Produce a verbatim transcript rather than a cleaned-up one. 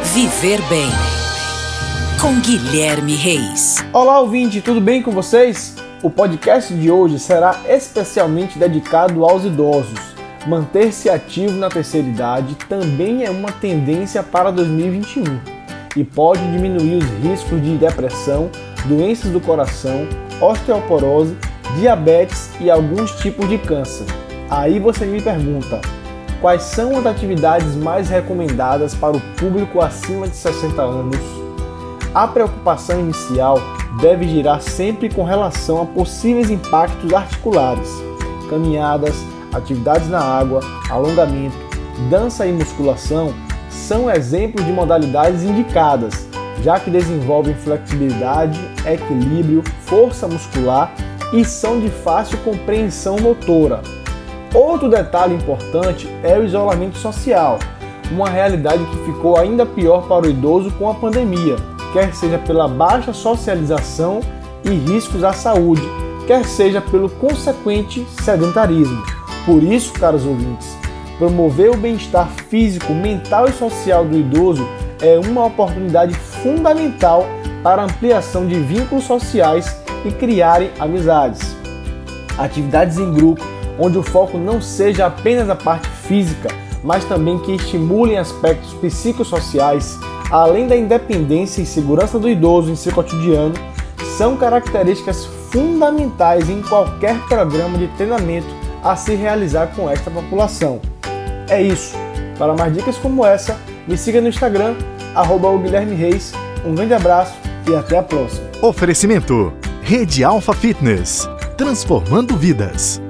Viver Bem, com Guilherme Reis. Olá, ouvinte, tudo bem com vocês? O podcast de hoje será especialmente dedicado aos idosos. Manter-se ativo na terceira idade também é uma tendência para dois mil e vinte e um e pode diminuir os riscos de depressão, doenças do coração, osteoporose, diabetes e alguns tipos de câncer. Aí você me pergunta, quais são as atividades mais recomendadas para o público acima de sessenta anos? A preocupação inicial deve girar sempre com relação a possíveis impactos articulares. Caminhadas, atividades na água, alongamento, dança e musculação são exemplos de modalidades indicadas, já que desenvolvem flexibilidade, equilíbrio, força muscular e são de fácil compreensão motora. Outro detalhe importante é o isolamento social, uma realidade que ficou ainda pior para o idoso com a pandemia, quer seja pela baixa socialização e riscos à saúde, quer seja pelo consequente sedentarismo. Por isso, caros ouvintes, promover o bem-estar físico, mental e social do idoso é uma oportunidade fundamental para a ampliação de vínculos sociais e criarem amizades. Atividades em grupo, onde o foco não seja apenas a parte física, mas também que estimulem aspectos psicossociais, além da independência e segurança do idoso em seu cotidiano, são características fundamentais em qualquer programa de treinamento a se realizar com esta população. É isso. Para mais dicas como essa, me siga no Instagram, arroba Guilherme Reis. Um grande abraço e até a próxima. Oferecimento: Rede Alfa Fitness, transformando vidas.